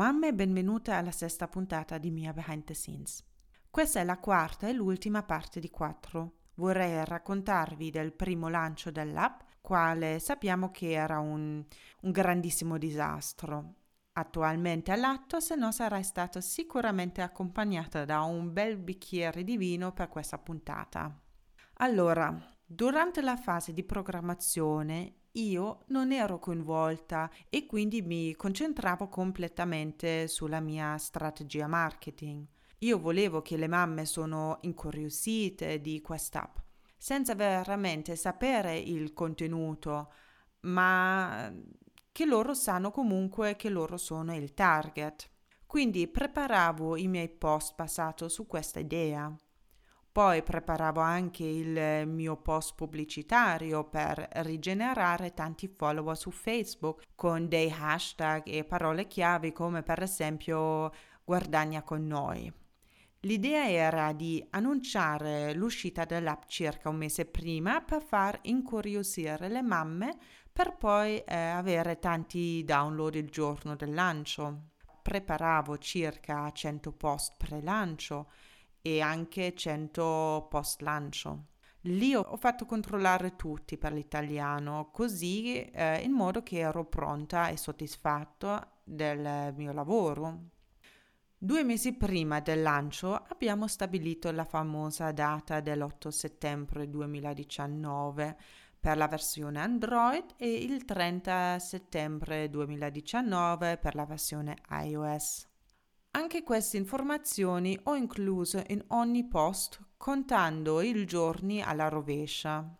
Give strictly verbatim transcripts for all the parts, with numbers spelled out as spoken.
mamme e benvenute alla sesta puntata di Mia Behind the Scenes. Questa è la quarta e l'ultima parte di quattro. Vorrei raccontarvi del primo lancio dell'app, quale sappiamo che era un, un grandissimo disastro. Attualmente all'atto, se no sarai stata sicuramente accompagnata da un bel bicchiere di vino per questa puntata. Allora, durante la fase di programmazione io non ero coinvolta e quindi mi concentravo completamente sulla mia strategia marketing. Io volevo che le mamme sono incuriosite di quest'app, senza veramente sapere il contenuto, ma che loro sanno comunque che loro sono il target. Quindi preparavo i miei post basato su questa idea. Poi preparavo anche il mio post pubblicitario per rigenerare tanti follower su Facebook con dei hashtag e parole chiave come per esempio guadagna con noi. L'idea era di annunciare l'uscita dell'app circa un mese prima per far incuriosire le mamme per poi eh, avere tanti download il giorno del lancio. Preparavo circa cento post pre-lancio e anche cento post lancio. Lì ho fatto controllare tutti per l'italiano, così eh, in modo che ero pronta e soddisfatto del mio lavoro. Due mesi prima del lancio abbiamo stabilito la famosa data dell'otto settembre duemiladiciannove per la versione Android e il trenta settembre duemiladiciannove per la versione iOS. Anche queste informazioni ho incluso in ogni post contando i giorni alla rovescia.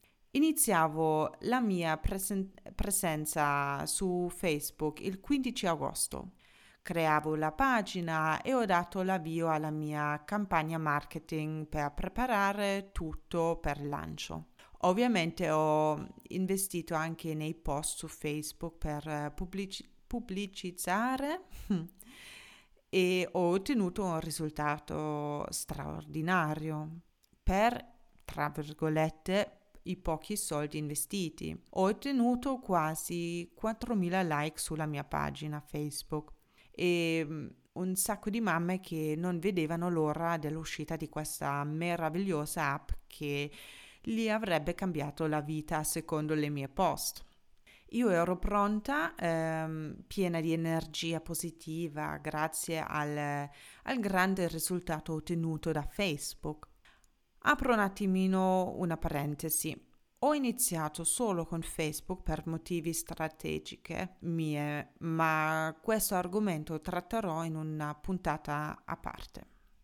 Iniziavo la mia presen- presenza su Facebook il quindici agosto. Creavo la pagina e ho dato l'avvio alla mia campagna marketing per preparare tutto per il lancio. Ovviamente ho investito anche nei post su Facebook per pubblici- pubblicizzare e ho ottenuto un risultato straordinario per, tra virgolette, i pochi soldi investiti. Ho ottenuto quasi quattromila like sulla mia pagina Facebook e un sacco di mamme che non vedevano l'ora dell'uscita di questa meravigliosa app che gli avrebbe cambiato la vita secondo le mie post. Io ero pronta, ehm, piena di energia positiva, grazie al, al grande risultato ottenuto da Facebook. Apro un attimino una parentesi. Ho iniziato solo con Facebook per motivi strategiche mie, ma questo argomento tratterò in una puntata a parte.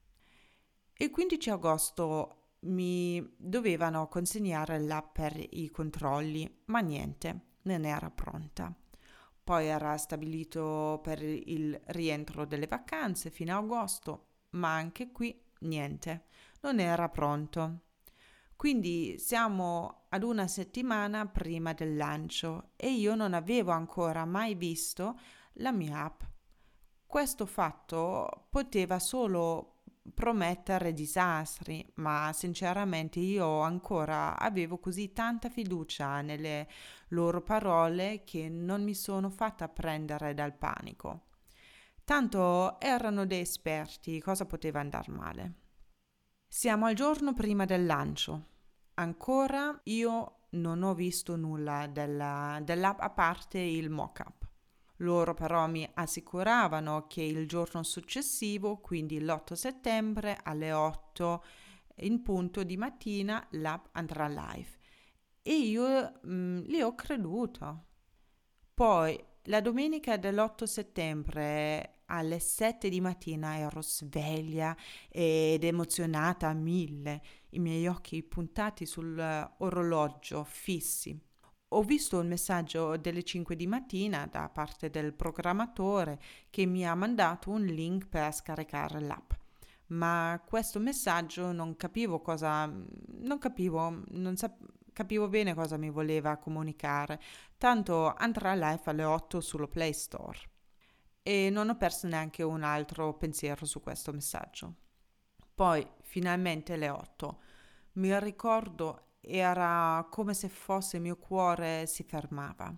Il quindici agosto mi dovevano consegnare l'app per i controlli, ma niente. Non era pronta. Poi era stabilito per il rientro delle vacanze fino a agosto, ma anche qui niente, non era pronto. Quindi siamo ad una settimana prima del lancio e io non avevo ancora mai visto la mia app. Questo fatto poteva solo promettere disastri, ma sinceramente io ancora avevo così tanta fiducia nelle loro parole che non mi sono fatta prendere dal panico. Tanto erano dei esperti, cosa poteva andare male? Siamo al giorno prima del lancio. Ancora io non ho visto nulla della, dell'app a parte il mock-up. Loro però mi assicuravano che il giorno successivo, quindi l'otto settembre alle otto in punto di mattina, l'app andrà live. E io mh, li ho creduto. Poi la domenica dell'otto settembre alle sette di mattina ero sveglia ed emozionata a mille, i miei occhi puntati sull'orologio fissi. Ho visto un messaggio delle cinque di mattina da parte del programmatore che mi ha mandato un link per scaricare l'app. Ma questo messaggio non capivo cosa, non capivo, non sap- capivo bene cosa mi voleva comunicare. Tanto andrà live alle otto sullo Play Store. E non ho perso neanche un altro pensiero su questo messaggio. Poi, finalmente le otto. Mi ricordo era come se fosse il mio cuore si fermava,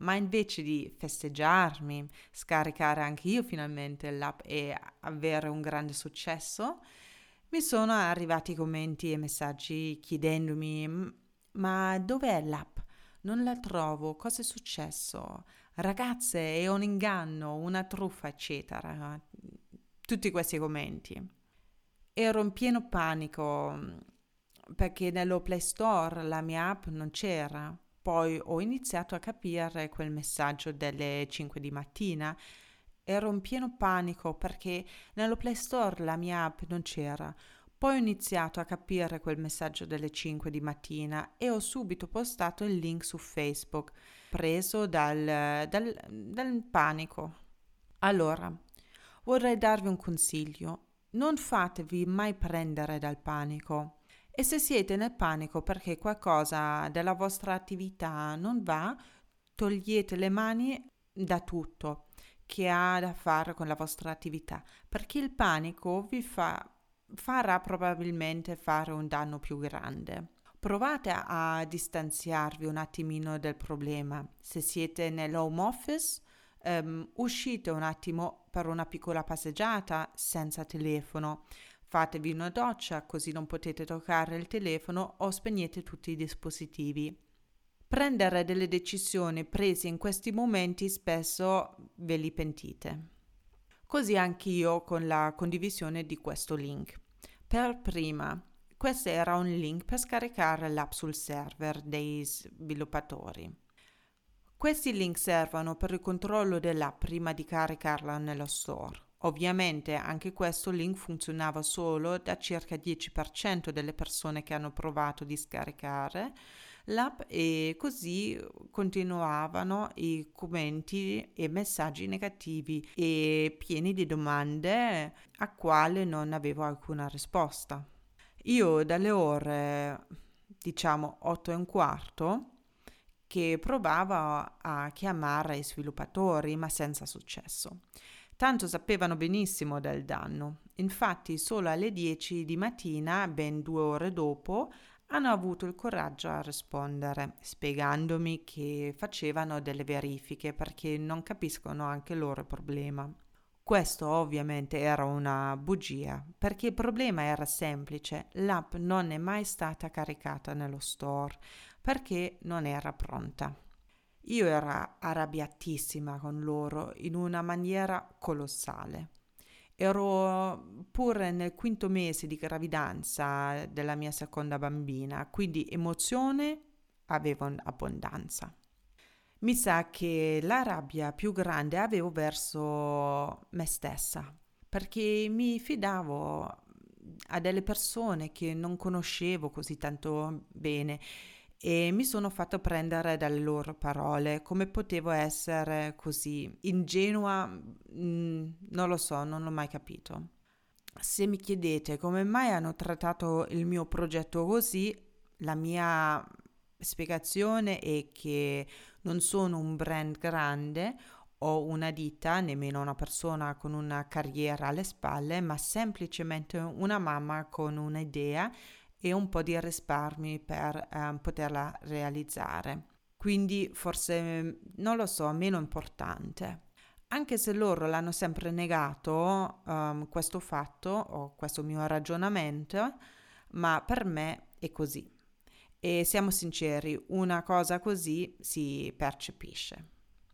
ma invece di festeggiarmi, scaricare anche io finalmente l'app e avere un grande successo, mi sono arrivati commenti e messaggi chiedendomi: "M- ma dov'è l'app? Non la trovo, cosa è successo? Ragazze, è un inganno, una truffa, eccetera." Tutti questi commenti. Ero in pieno panico mm, perché nello Play Store la mia app non c'era. Poi ho iniziato a capire quel messaggio delle cinque di mattina. Ero in pieno panico perché nello Play Store la mia app non c'era. Poi ho iniziato a capire quel messaggio delle cinque di mattina e ho subito postato il link su Facebook, preso dal, dal, dal panico. Allora, vorrei darvi un consiglio. Non fatevi mai prendere dal panico. E se siete nel panico perché qualcosa della vostra attività non va, togliete le mani da tutto che ha da fare con la vostra attività, perché il panico vi fa, farà probabilmente fare un danno più grande. Provate a, a distanziarvi un attimino del problema. Se siete nell'home office, ehm, uscite un attimo per una piccola passeggiata senza telefono. Fatevi una doccia così non potete toccare il telefono o spegnete tutti i dispositivi. Prendere delle decisioni prese in questi momenti spesso ve li pentite. Così anch'io con la condivisione di questo link. Per prima, questo era un link per scaricare l'app sul server dei sviluppatori. Questi link servono per il controllo dell'app prima di caricarla nello store. Ovviamente anche questo link funzionava solo da circa dieci per cento delle persone che hanno provato di scaricare l'app e così continuavano i commenti e messaggi negativi e pieni di domande a quale non avevo alcuna risposta. Io dalle ore, diciamo, otto e un quarto che provava a chiamare i sviluppatori, ma senza successo. Tanto sapevano benissimo del danno. Infatti, solo alle dieci di mattina, ben due ore dopo, hanno avuto il coraggio a rispondere, spiegandomi che facevano delle verifiche perché non capiscono anche loro il problema. Questo ovviamente era una bugia, perché il problema era semplice: l'app non è mai stata caricata nello store perché non era pronta. Io ero arrabbiatissima con loro in una maniera colossale. Ero pure nel quinto mese di gravidanza della mia seconda bambina, quindi emozione avevo in abbondanza. Mi sa che la rabbia più grande avevo verso me stessa, perché mi fidavo a delle persone che non conoscevo così tanto bene e mi sono fatto prendere dalle loro parole. Come potevo essere così ingenua? Mm, non lo so, non l'ho mai capito. Se mi chiedete come mai hanno trattato il mio progetto così, la mia spiegazione è che non sono un brand grande o una ditta, nemmeno una persona con una carriera alle spalle, ma semplicemente una mamma con un'idea e un po' di risparmi per eh, poterla realizzare. Quindi forse, non lo so, meno importante. Anche se loro l'hanno sempre negato, um, questo fatto o questo mio ragionamento, ma per me è così. E siamo sinceri, una cosa così si percepisce.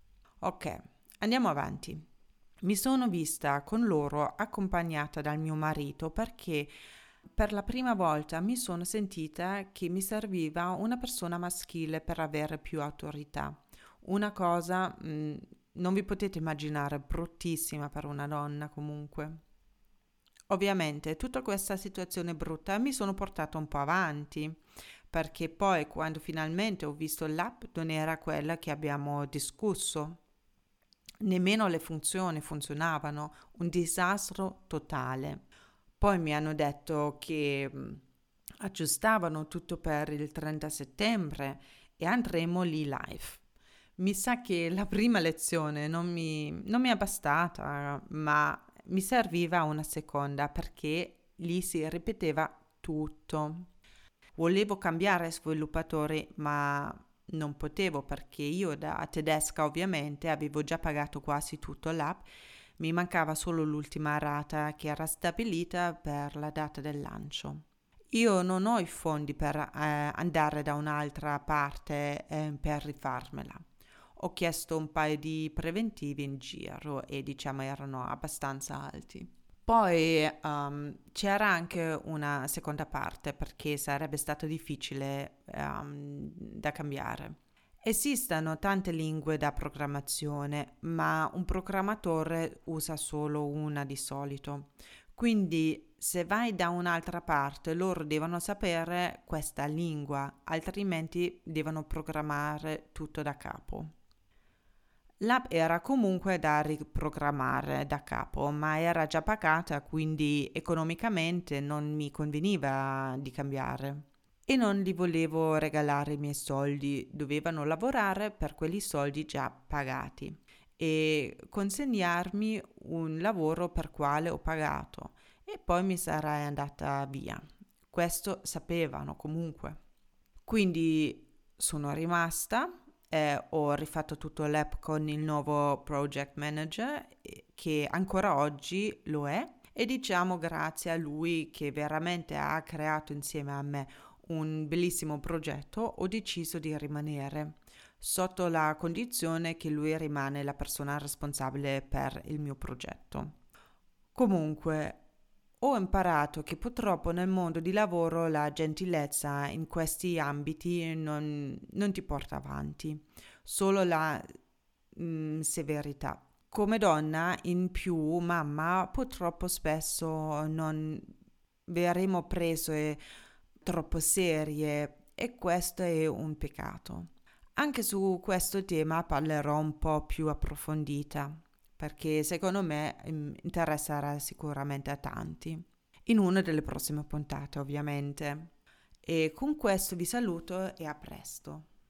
Ok, andiamo avanti. Mi sono vista con loro accompagnata dal mio marito perché per la prima volta mi sono sentita che mi serviva una persona maschile per avere più autorità. Una cosa, mh, non vi potete immaginare, bruttissima per una donna comunque. Ovviamente tutta questa situazione brutta mi sono portata un po' avanti, perché poi quando finalmente ho visto l'app non era quella che abbiamo discusso. Nemmeno le funzioni funzionavano, un disastro totale. Poi mi hanno detto che mh, aggiustavano tutto per il trenta settembre e andremo lì live. Mi sa che la prima lezione non mi, non mi è bastata, ma mi serviva una seconda perché lì si ripeteva tutto. Volevo cambiare sviluppatore, ma non potevo perché io da tedesca ovviamente avevo già pagato quasi tutto l'app, mi mancava solo l'ultima rata che era stabilita per la data del lancio. Io non ho i fondi per eh, andare da un'altra parte eh, per rifarmela. Ho chiesto un paio di preventivi in giro e diciamo erano abbastanza alti. Poi um, c'era anche una seconda parte perché sarebbe stato difficile um, da cambiare. Esistono tante lingue da programmazione, ma un programmatore usa solo una di solito. Quindi se vai da un'altra parte, loro devono sapere questa lingua, altrimenti devono programmare tutto da capo. L'app era comunque da riprogrammare da capo, ma era già pagata, quindi economicamente non mi conveniva di cambiare. E non gli volevo regalare i miei soldi, dovevano lavorare per quelli soldi già pagati e consegnarmi un lavoro per quale ho pagato e poi mi sarei andata via. Questo sapevano comunque. Quindi sono rimasta, eh, ho rifatto tutto l'app con il nuovo project manager eh, che ancora oggi lo è e diciamo grazie a lui che veramente ha creato insieme a me un bellissimo progetto, ho deciso di rimanere sotto la condizione che lui rimane la persona responsabile per il mio progetto. Comunque, ho imparato che purtroppo nel mondo di lavoro la gentilezza in questi ambiti non, non ti porta avanti, solo la mm, severità. Come donna, in più, mamma, purtroppo spesso non verremo prese troppo serie e questo è un peccato. Anche su questo tema parlerò un po' più approfondita perché secondo me mm, interesserà sicuramente a tanti in una delle prossime puntate ovviamente. E con questo vi saluto e a presto.